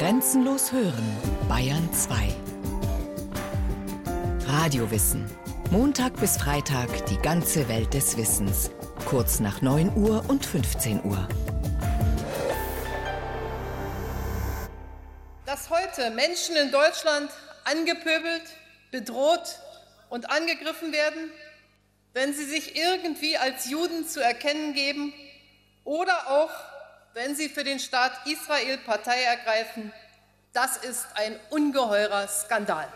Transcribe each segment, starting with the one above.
Grenzenlos hören, Bayern 2. Radiowissen. Montag bis Freitag die ganze Welt des Wissens. Kurz nach 9 Uhr und 15 Uhr. Dass heute Menschen in Deutschland angepöbelt, bedroht und angegriffen werden, wenn sie sich irgendwie als Juden zu erkennen geben oder auch, wenn sie für den Staat Israel Partei ergreifen, das ist ein ungeheurer Skandal.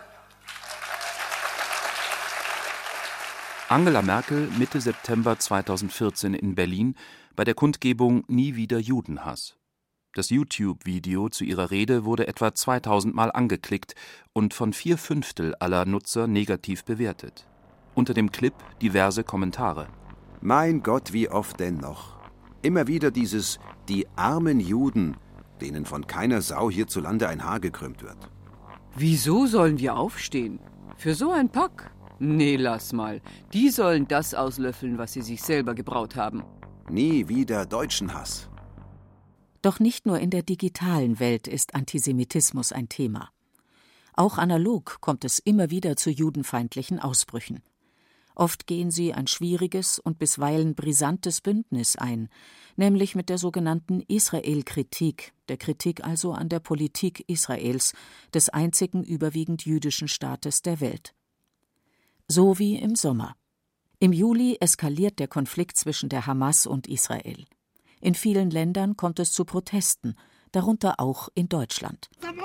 Angela Merkel Mitte September 2014 in Berlin bei der Kundgebung Nie wieder Judenhass. Das YouTube-Video zu ihrer Rede wurde etwa 2000 Mal angeklickt und von 4/5 aller Nutzer negativ bewertet. Unter dem Clip diverse Kommentare. Mein Gott, wie oft denn noch? Immer wieder dieses „die armen Juden", denen von keiner Sau hierzulande ein Haar gekrümmt wird. Wieso sollen wir aufstehen? Für so ein Pack? Nee, lass mal. Die sollen das auslöffeln, was sie sich selber gebraut haben. Nie wieder Deutschenhass. Doch nicht nur in der digitalen Welt ist Antisemitismus ein Thema. Auch analog kommt es immer wieder zu judenfeindlichen Ausbrüchen. Oft gehen sie ein schwieriges und bisweilen brisantes Bündnis ein, nämlich mit der sogenannten Israel-Kritik, der Kritik also an der Politik Israels, des einzigen überwiegend jüdischen Staates der Welt. So wie im Sommer. Im Juli eskaliert der Konflikt zwischen der Hamas und Israel. In vielen Ländern kommt es zu Protesten, darunter auch in Deutschland.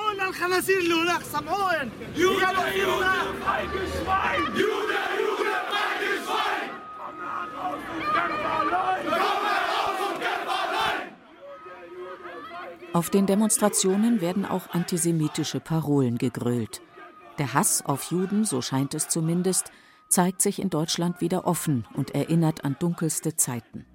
Auf den Demonstrationen werden auch antisemitische Parolen gegrölt. Der Hass auf Juden, so scheint es zumindest, zeigt sich in Deutschland wieder offen und erinnert an dunkelste Zeiten.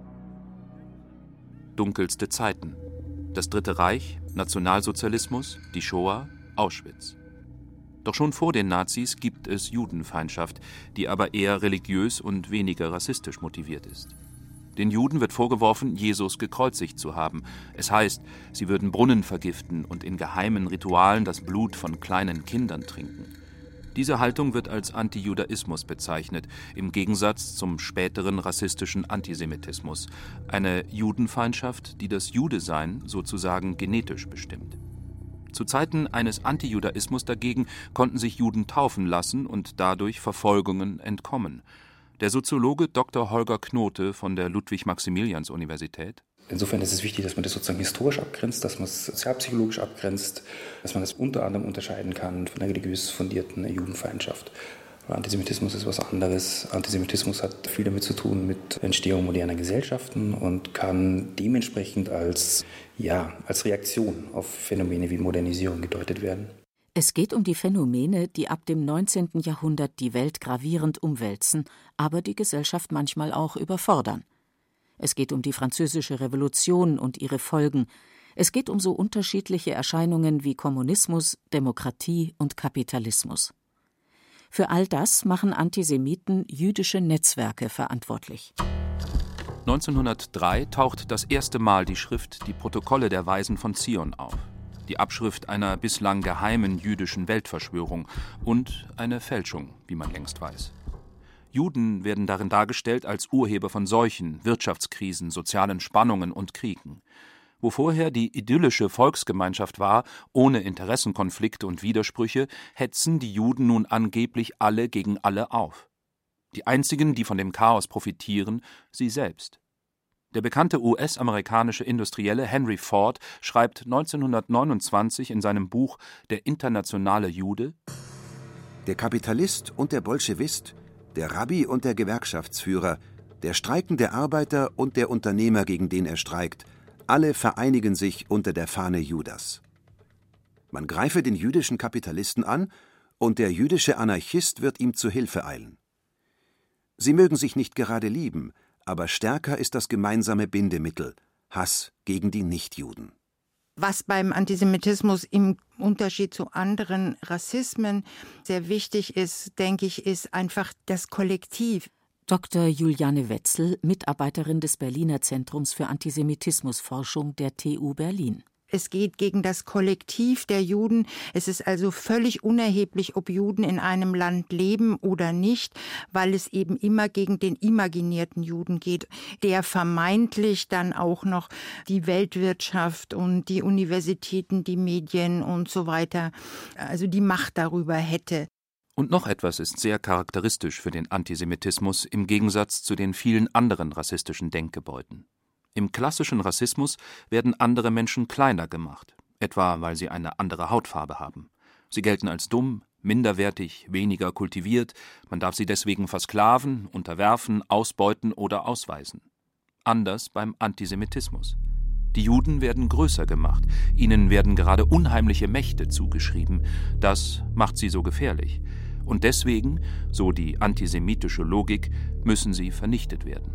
Dunkelste Zeiten. Das Dritte Reich, Nationalsozialismus, die Shoah, Auschwitz. Doch schon vor den Nazis gibt es Judenfeindschaft, die aber eher religiös und weniger rassistisch motiviert ist. Den Juden wird vorgeworfen, Jesus gekreuzigt zu haben. Es heißt, sie würden Brunnen vergiften und in geheimen Ritualen das Blut von kleinen Kindern trinken. Diese Haltung wird als Antijudaismus bezeichnet, im Gegensatz zum späteren rassistischen Antisemitismus, eine Judenfeindschaft, die das Judesein sozusagen genetisch bestimmt. Zu Zeiten eines Antijudaismus dagegen konnten sich Juden taufen lassen und dadurch Verfolgungen entkommen. Der Soziologe Dr. Holger Knote von der Ludwig-Maximilians-Universität: Insofern ist es wichtig, dass man das sozusagen historisch abgrenzt, dass man es sozialpsychologisch abgrenzt, dass man das unter anderem unterscheiden kann von einer religiös fundierten Judenfeindschaft. Antisemitismus ist was anderes. Antisemitismus hat viel damit zu tun mit Entstehung moderner Gesellschaften und kann dementsprechend als Reaktion auf Phänomene wie Modernisierung gedeutet werden. Es geht um die Phänomene, die ab dem 19. Jahrhundert die Welt gravierend umwälzen, aber die Gesellschaft manchmal auch überfordern. Es geht um die Französische Revolution und ihre Folgen. Es geht um so unterschiedliche Erscheinungen wie Kommunismus, Demokratie und Kapitalismus. Für all das machen Antisemiten jüdische Netzwerke verantwortlich. 1903 taucht das erste Mal die Schrift Die Protokolle der Weisen von Zion auf. Die Abschrift einer bislang geheimen jüdischen Weltverschwörung und eine Fälschung, wie man längst weiß. Juden werden darin dargestellt als Urheber von Seuchen, Wirtschaftskrisen, sozialen Spannungen und Kriegen. Wo vorher die idyllische Volksgemeinschaft war, ohne Interessenkonflikte und Widersprüche, hetzen die Juden nun angeblich alle gegen alle auf. Die einzigen, die von dem Chaos profitieren, sie selbst. Der bekannte US-amerikanische Industrielle Henry Ford schreibt 1929 in seinem Buch Der internationale Jude: Der Kapitalist und der Bolschewist, der Rabbi und der Gewerkschaftsführer, der streikende Arbeiter und der Unternehmer, gegen den er streikt, alle vereinigen sich unter der Fahne Judas. Man greife den jüdischen Kapitalisten an und der jüdische Anarchist wird ihm zu Hilfe eilen. Sie mögen sich nicht gerade lieben, aber stärker ist das gemeinsame Bindemittel: Hass gegen die Nichtjuden. Was beim Antisemitismus im Unterschied zu anderen Rassismen sehr wichtig ist, denke ich, ist einfach das Kollektiv. Dr. Juliane Wetzel, Mitarbeiterin des Berliner Zentrums für Antisemitismusforschung der TU Berlin. Es geht gegen das Kollektiv der Juden. Es ist also völlig unerheblich, ob Juden in einem Land leben oder nicht, weil es eben immer gegen den imaginierten Juden geht, der vermeintlich dann auch noch die Weltwirtschaft und die Universitäten, die Medien und so weiter, also die Macht darüber hätte. Und noch etwas ist sehr charakteristisch für den Antisemitismus im Gegensatz zu den vielen anderen rassistischen Denkgebäuden. Im klassischen Rassismus werden andere Menschen kleiner gemacht, etwa weil sie eine andere Hautfarbe haben. Sie gelten als dumm, minderwertig, weniger kultiviert, man darf sie deswegen versklaven, unterwerfen, ausbeuten oder ausweisen. Anders beim Antisemitismus. Die Juden werden größer gemacht, ihnen werden gerade unheimliche Mächte zugeschrieben. Das macht sie so gefährlich. Und deswegen, so die antisemitische Logik, müssen sie vernichtet werden.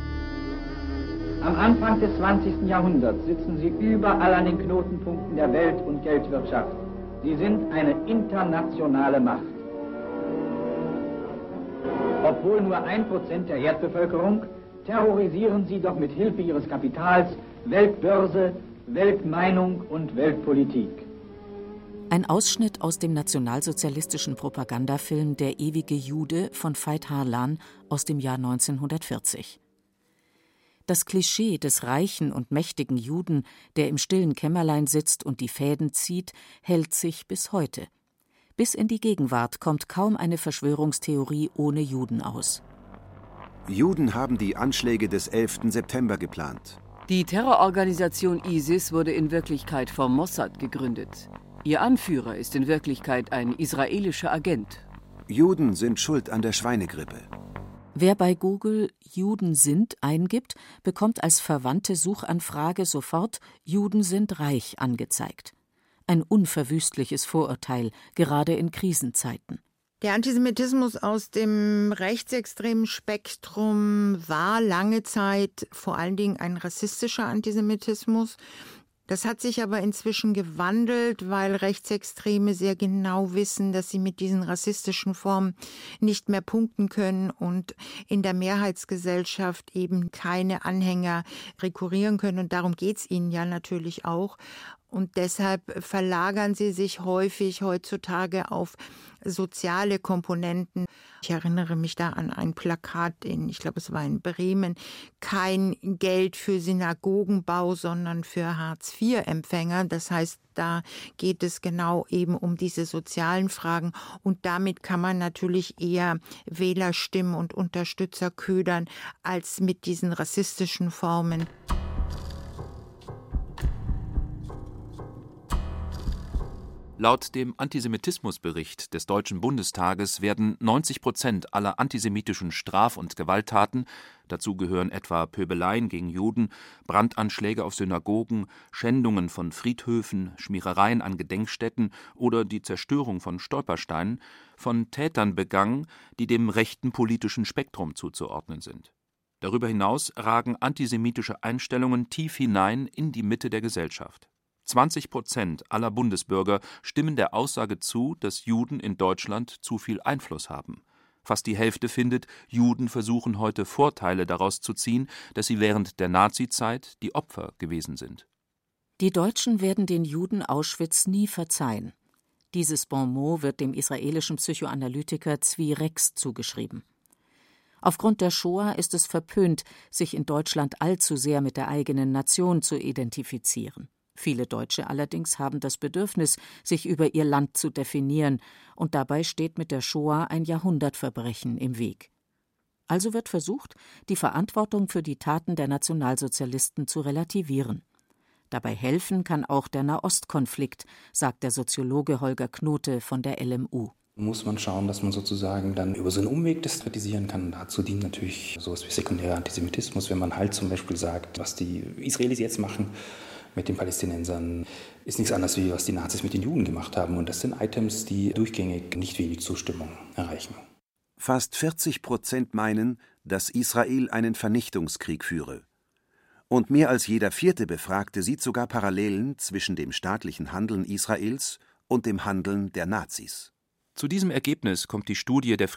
Am Anfang des 20. Jahrhunderts sitzen sie überall an den Knotenpunkten der Welt- und Geldwirtschaft. Sie sind eine internationale Macht. Obwohl nur 1% der Erdbevölkerung, terrorisieren sie doch mit Hilfe ihres Kapitals Weltbörse, Weltmeinung und Weltpolitik. Ein Ausschnitt aus dem nationalsozialistischen Propagandafilm »Der ewige Jude« von Veit Harlan aus dem Jahr 1940. Das Klischee des reichen und mächtigen Juden, der im stillen Kämmerlein sitzt und die Fäden zieht, hält sich bis heute. Bis in die Gegenwart kommt kaum eine Verschwörungstheorie ohne Juden aus. Juden haben die Anschläge des 11. September geplant. Die Terrororganisation ISIS wurde in Wirklichkeit vom Mossad gegründet. Ihr Anführer ist in Wirklichkeit ein israelischer Agent. Juden sind schuld an der Schweinegrippe. Wer bei Google »Juden sind« eingibt, bekommt als verwandte Suchanfrage sofort »Juden sind reich« angezeigt. Ein unverwüstliches Vorurteil, gerade in Krisenzeiten. Der Antisemitismus aus dem rechtsextremen Spektrum war lange Zeit vor allen Dingen ein rassistischer Antisemitismus. Das hat sich aber inzwischen gewandelt, weil Rechtsextreme sehr genau wissen, dass sie mit diesen rassistischen Formen nicht mehr punkten können und in der Mehrheitsgesellschaft eben keine Anhänger rekurrieren können. Und darum geht es ihnen ja natürlich auch. Und deshalb verlagern sie sich häufig heutzutage auf soziale Komponenten. Ich erinnere mich da an ein Plakat ich glaube, es war in Bremen, kein Geld für Synagogenbau, sondern für Hartz-IV-Empfänger. Das heißt, da geht es genau eben um diese sozialen Fragen. Und damit kann man natürlich eher Wählerstimmen und Unterstützer ködern, als mit diesen rassistischen Formen. Laut dem Antisemitismusbericht des Deutschen Bundestages werden 90% aller antisemitischen Straf- und Gewalttaten, dazu gehören etwa Pöbeleien gegen Juden, Brandanschläge auf Synagogen, Schändungen von Friedhöfen, Schmierereien an Gedenkstätten oder die Zerstörung von Stolpersteinen, von Tätern begangen, die dem rechten politischen Spektrum zuzuordnen sind. Darüber hinaus ragen antisemitische Einstellungen tief hinein in die Mitte der Gesellschaft. 20% aller Bundesbürger stimmen der Aussage zu, dass Juden in Deutschland zu viel Einfluss haben. Fast die Hälfte findet, Juden versuchen heute Vorteile daraus zu ziehen, dass sie während der Nazizeit die Opfer gewesen sind. Die Deutschen werden den Juden Auschwitz nie verzeihen. Dieses Bonmot wird dem israelischen Psychoanalytiker Zvi Rex zugeschrieben. Aufgrund der Shoah ist es verpönt, sich in Deutschland allzu sehr mit der eigenen Nation zu identifizieren. Viele Deutsche allerdings haben das Bedürfnis, sich über ihr Land zu definieren, und dabei steht mit der Shoah ein Jahrhundertverbrechen im Weg. Also wird versucht, die Verantwortung für die Taten der Nationalsozialisten zu relativieren. Dabei helfen kann auch der Nahostkonflikt, sagt der Soziologe Holger Knote von der LMU. Muss man schauen, dass man sozusagen dann über so einen Umweg das kritisieren kann. Dazu dient natürlich sowas wie sekundärer Antisemitismus, wenn man halt zum Beispiel sagt, was die Israelis jetzt machen mit den Palästinensern, ist nichts anderes, wie was die Nazis mit den Juden gemacht haben. Und das sind Items, die durchgängig nicht wenig Zustimmung erreichen. Fast 40% meinen, dass Israel einen Vernichtungskrieg führe. Und mehr als jeder vierte Befragte sieht sogar Parallelen zwischen dem staatlichen Handeln Israels und dem Handeln der Nazis. Zu diesem Ergebnis kommt die Studie der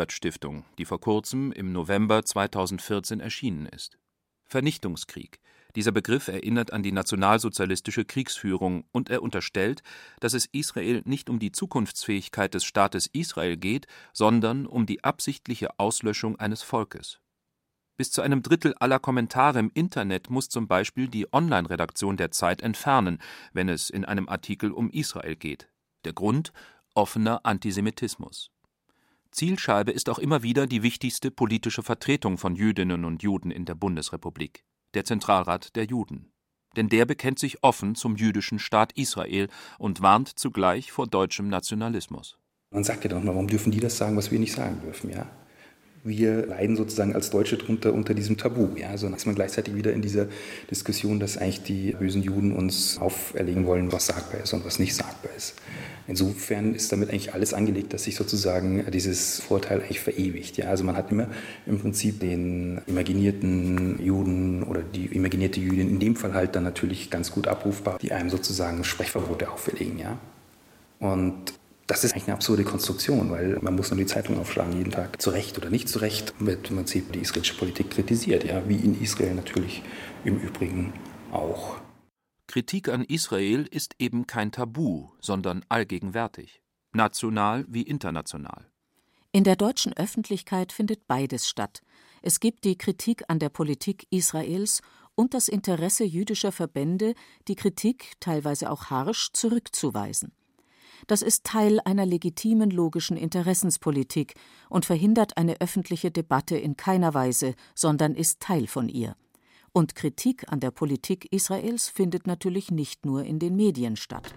Friedrich-Ebert-Stiftung, die vor kurzem im November 2014 erschienen ist. Vernichtungskrieg. Dieser Begriff erinnert an die nationalsozialistische Kriegsführung und er unterstellt, dass es Israel nicht um die Zukunftsfähigkeit des Staates Israel geht, sondern um die absichtliche Auslöschung eines Volkes. Bis zu einem Drittel aller Kommentare im Internet muss zum Beispiel die Online-Redaktion der Zeit entfernen, wenn es in einem Artikel um Israel geht. Der Grund: offener Antisemitismus. Zielscheibe ist auch immer wieder die wichtigste politische Vertretung von Jüdinnen und Juden in der Bundesrepublik, der Zentralrat der Juden. Denn der bekennt sich offen zum jüdischen Staat Israel und warnt zugleich vor deutschem Nationalismus. Man sagt ja doch mal, warum dürfen die das sagen, was wir nicht sagen dürfen, ja? Wir leiden sozusagen als Deutsche unter diesem Tabu. Ja? Also ist man gleichzeitig wieder in dieser Diskussion, dass eigentlich die bösen Juden uns auferlegen wollen, was sagbar ist und was nicht sagbar ist. Insofern ist damit eigentlich alles angelegt, dass sich sozusagen dieses Vorteil eigentlich verewigt. Ja? Also man hat immer im Prinzip den imaginierten Juden oder die imaginierte Jüdin, in dem Fall halt dann natürlich ganz gut abrufbar, die einem sozusagen Sprechverbote auferlegen. Ja? Und das ist eigentlich eine absurde Konstruktion, weil man muss nur die Zeitung aufschlagen, jeden Tag, zu Recht oder nicht zu Recht, wird im Prinzip die israelische Politik kritisiert, ja, wie in Israel natürlich im Übrigen auch. Kritik an Israel ist eben kein Tabu, sondern allgegenwärtig, national wie international. In der deutschen Öffentlichkeit findet beides statt. Es gibt die Kritik an der Politik Israels und das Interesse jüdischer Verbände, die Kritik, teilweise auch harsch, zurückzuweisen. Das ist Teil einer legitimen logischen Interessenspolitik und verhindert eine öffentliche Debatte in keiner Weise, sondern ist Teil von ihr. Und Kritik an der Politik Israels findet natürlich nicht nur in den Medien statt.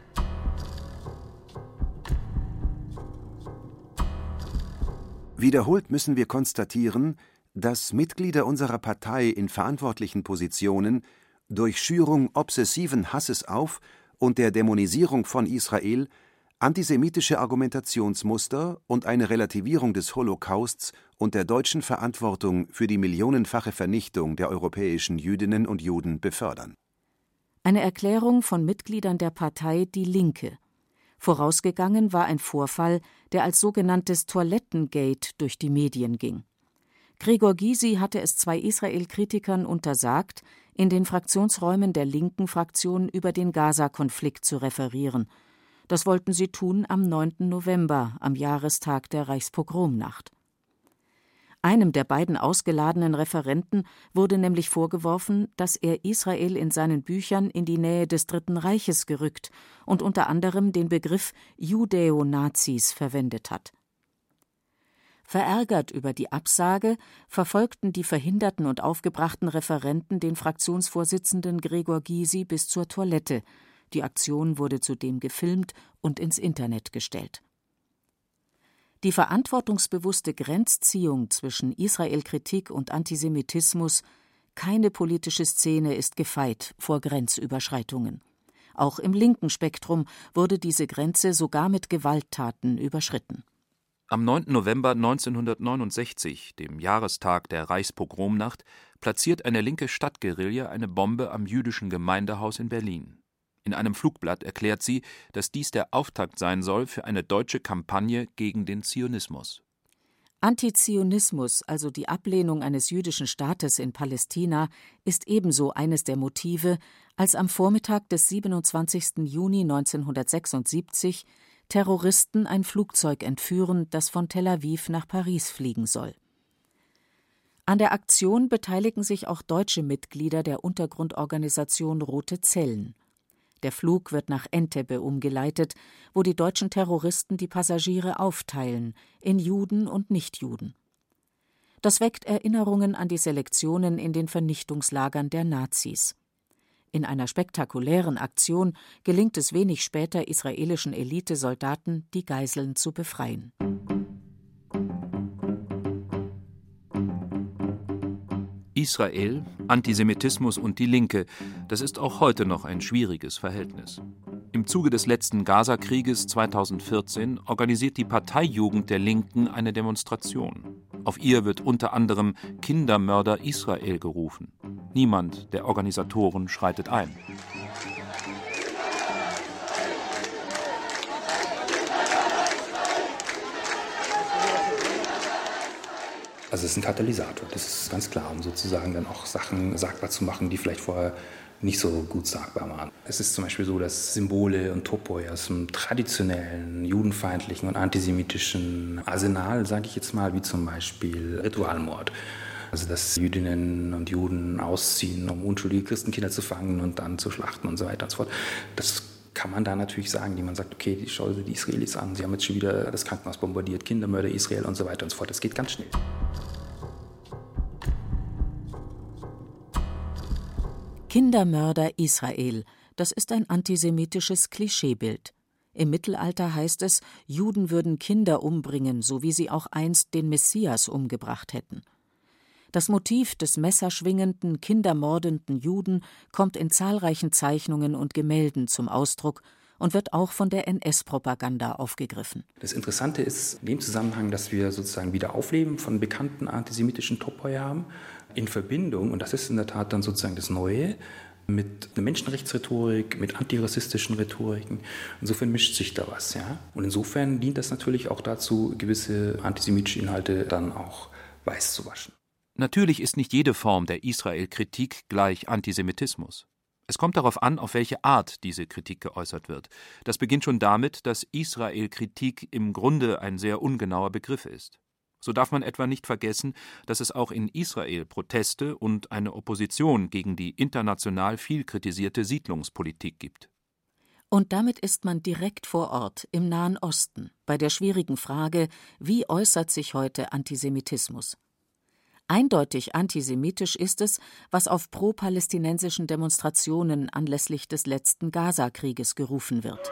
Wiederholt müssen wir konstatieren, dass Mitglieder unserer Partei in verantwortlichen Positionen durch Schürung obsessiven Hasses auf und der Dämonisierung von Israel antisemitische Argumentationsmuster und eine Relativierung des Holocausts und der deutschen Verantwortung für die millionenfache Vernichtung der europäischen Jüdinnen und Juden befördern. Eine Erklärung von Mitgliedern der Partei Die Linke. Vorausgegangen war ein Vorfall, der als sogenanntes Toilettengate durch die Medien ging. Gregor Gysi hatte es 2 Israel-Kritikern untersagt, in den Fraktionsräumen der linken Fraktion über den Gaza-Konflikt zu referieren. Das wollten sie tun am 9. November, am Jahrestag der Reichspogromnacht. Einem der beiden ausgeladenen Referenten wurde nämlich vorgeworfen, dass er Israel in seinen Büchern in die Nähe des Dritten Reiches gerückt und unter anderem den Begriff Judäonazis verwendet hat. Verärgert über die Absage verfolgten die verhinderten und aufgebrachten Referenten den Fraktionsvorsitzenden Gregor Gysi bis zur Toilette. Die Aktion wurde zudem gefilmt und ins Internet gestellt. Die verantwortungsbewusste Grenzziehung zwischen Israel-Kritik und Antisemitismus, keine politische Szene ist gefeit vor Grenzüberschreitungen. Auch im linken Spektrum wurde diese Grenze sogar mit Gewalttaten überschritten. Am 9. November 1969, dem Jahrestag der Reichspogromnacht, platziert eine linke Stadtguerilla eine Bombe am jüdischen Gemeindehaus in Berlin. In einem Flugblatt erklärt sie, dass dies der Auftakt sein soll für eine deutsche Kampagne gegen den Zionismus. Antizionismus, also die Ablehnung eines jüdischen Staates in Palästina, ist ebenso eines der Motive, als am Vormittag des 27. Juni 1976 Terroristen ein Flugzeug entführen, das von Tel Aviv nach Paris fliegen soll. An der Aktion beteiligen sich auch deutsche Mitglieder der Untergrundorganisation Rote Zellen. Der Flug wird nach Entebbe umgeleitet, wo die deutschen Terroristen die Passagiere aufteilen in Juden und Nichtjuden. Das weckt Erinnerungen an die Selektionen in den Vernichtungslagern der Nazis. In einer spektakulären Aktion gelingt es wenig später israelischen Elitesoldaten, die Geiseln zu befreien. Israel, Antisemitismus und die Linke, das ist auch heute noch ein schwieriges Verhältnis. Im Zuge des letzten Gaza-Krieges 2014 organisiert die Parteijugend der Linken eine Demonstration. Auf ihr wird unter anderem Kindermörder Israel gerufen. Niemand der Organisatoren schreitet ein. Also ist ein Katalysator, das ist ganz klar, um sozusagen dann auch Sachen sagbar zu machen, die vielleicht vorher nicht so gut sagbar waren. Es ist zum Beispiel so, dass Symbole und Topoi aus dem traditionellen, judenfeindlichen und antisemitischen Arsenal, sage ich jetzt mal, wie zum Beispiel Ritualmord. Also dass Jüdinnen und Juden ausziehen, um unschuldige Christenkinder zu fangen und dann zu schlachten und so weiter und so fort. Das kann man da natürlich sagen, indem man sagt, okay, schau dir die Israelis an, sie haben jetzt schon wieder das Krankenhaus bombardiert, Kindermörder Israel und so weiter und so fort. Das geht ganz schnell. Kindermörder Israel, das ist ein antisemitisches Klischeebild. Im Mittelalter heißt es, Juden würden Kinder umbringen, so wie sie auch einst den Messias umgebracht hätten. Das Motiv des messerschwingenden, kindermordenden Juden kommt in zahlreichen Zeichnungen und Gemälden zum Ausdruck und wird auch von der NS-Propaganda aufgegriffen. Das Interessante ist in dem Zusammenhang, dass wir sozusagen wieder Aufleben von bekannten antisemitischen Topoi haben, in Verbindung, und das ist in der Tat dann sozusagen das Neue, mit einer Menschenrechtsrhetorik, mit antirassistischen Rhetoriken. Insofern mischt sich da was. Ja? Und insofern dient das natürlich auch dazu, gewisse antisemitische Inhalte dann auch weiß zu waschen. Natürlich ist nicht jede Form der Israel-Kritik gleich Antisemitismus. Es kommt darauf an, auf welche Art diese Kritik geäußert wird. Das beginnt schon damit, dass Israel-Kritik im Grunde ein sehr ungenauer Begriff ist. So darf man etwa nicht vergessen, dass es auch in Israel Proteste und eine Opposition gegen die international viel kritisierte Siedlungspolitik gibt. Und damit ist man direkt vor Ort, im Nahen Osten, bei der schwierigen Frage, wie äußert sich heute Antisemitismus? Eindeutig antisemitisch ist es, was auf pro-palästinensischen Demonstrationen anlässlich des letzten Gaza-Krieges gerufen wird.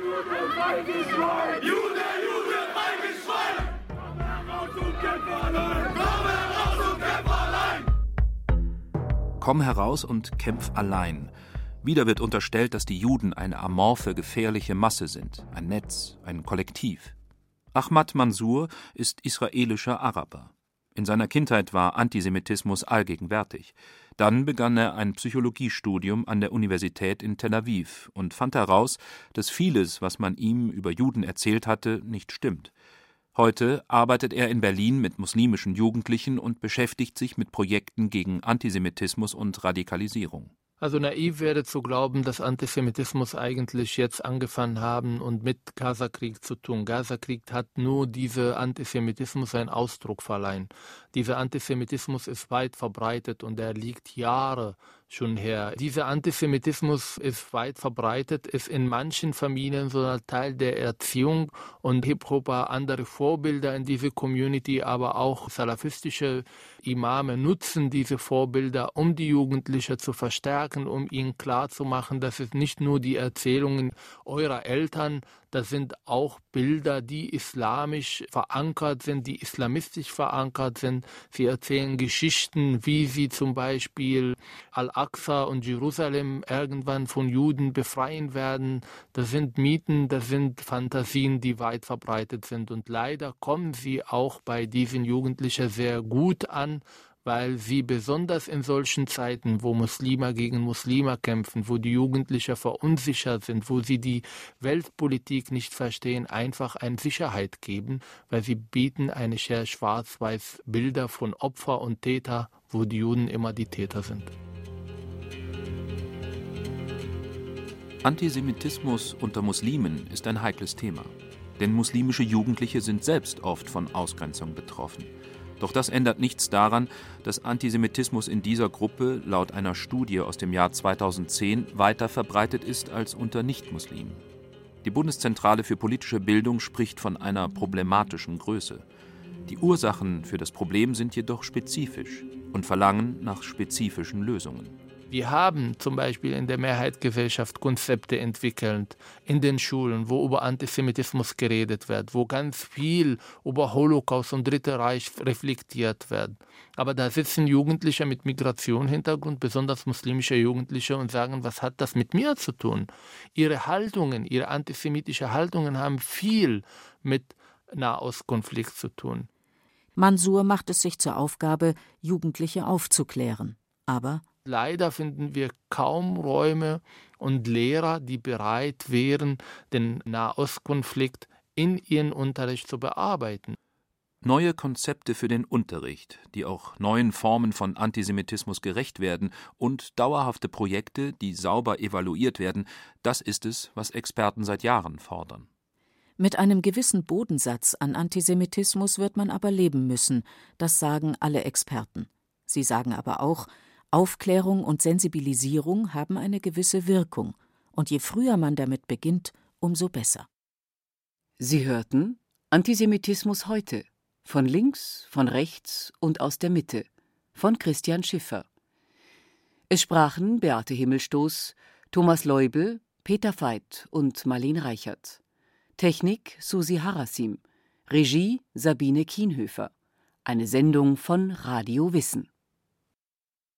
Komm heraus und kämpf allein. Wieder wird unterstellt, dass die Juden eine amorphe, gefährliche Masse sind, ein Netz, ein Kollektiv. Ahmad Mansour ist israelischer Araber. In seiner Kindheit war Antisemitismus allgegenwärtig. Dann begann er ein Psychologiestudium an der Universität in Tel Aviv und fand heraus, dass vieles, was man ihm über Juden erzählt hatte, nicht stimmt. Heute arbeitet er in Berlin mit muslimischen Jugendlichen und beschäftigt sich mit Projekten gegen Antisemitismus und Radikalisierung. Also naiv wäre zu glauben, dass Antisemitismus eigentlich jetzt angefangen haben und mit Gaza-Krieg zu tun. Gaza-Krieg hat nur diese Antisemitismus einen Ausdruck verleihen. Dieser Antisemitismus ist weit verbreitet und er liegt Jahre schon her. Dieser Antisemitismus ist weit verbreitet, ist in manchen Familien so ein Teil der Erziehung und Hip-Hop hat andere Vorbilder in dieser Community, aber auch salafistische Imame nutzen diese Vorbilder, um die Jugendlichen zu verstärken, um ihnen klarzumachen, dass es nicht nur die Erzählungen eurer Eltern, das sind auch Bilder, die islamisch verankert sind, die islamistisch verankert sind. Sie erzählen Geschichten, wie sie zum Beispiel Al-Aqsa und Jerusalem irgendwann von Juden befreien werden. Das sind Mythen, das sind Fantasien, die weit verbreitet sind. Und leider kommen sie auch bei diesen Jugendlichen sehr gut an, weil sie besonders in solchen Zeiten, wo Muslime gegen Muslime kämpfen, wo die Jugendlichen verunsichert sind, wo sie die Weltpolitik nicht verstehen, einfach eine Sicherheit geben, weil sie bieten eine sehr schwarz-weiß Bilder von Opfer und Täter, wo die Juden immer die Täter sind. Antisemitismus unter Muslimen ist ein heikles Thema. Denn muslimische Jugendliche sind selbst oft von Ausgrenzung betroffen. Doch das ändert nichts daran, dass Antisemitismus in dieser Gruppe laut einer Studie aus dem Jahr 2010 weiter verbreitet ist als unter Nichtmuslimen. Die Bundeszentrale für politische Bildung spricht von einer problematischen Größe. Die Ursachen für das Problem sind jedoch spezifisch und verlangen nach spezifischen Lösungen. Wir haben zum Beispiel in der Mehrheitsgesellschaft Konzepte entwickelt, in den Schulen, wo über Antisemitismus geredet wird, wo ganz viel über Holocaust und Dritte Reich reflektiert wird. Aber da sitzen Jugendliche mit Migrationshintergrund, besonders muslimische Jugendliche, und sagen, was hat das mit mir zu tun? Ihre Haltungen, ihre antisemitischen Haltungen haben viel mit Nahostkonflikt zu tun. Mansour macht es sich zur Aufgabe, Jugendliche aufzuklären. Aber leider finden wir kaum Räume und Lehrer, die bereit wären, den Nahostkonflikt in ihren Unterricht zu bearbeiten. Neue Konzepte für den Unterricht, die auch neuen Formen von Antisemitismus gerecht werden, und dauerhafte Projekte, die sauber evaluiert werden, das ist es, was Experten seit Jahren fordern. Mit einem gewissen Bodensatz an Antisemitismus wird man aber leben müssen, das sagen alle Experten. Sie sagen aber auch, Aufklärung und Sensibilisierung haben eine gewisse Wirkung, und je früher man damit beginnt, umso besser. Sie hörten Antisemitismus heute, von links, von rechts und aus der Mitte, von Christian Schiffer. Es sprachen Beate Himmelstoß, Thomas Leubel, Peter Veit und Marlene Reichert. Technik Susi Harasim, Regie Sabine Kienhöfer. Eine Sendung von Radio Wissen.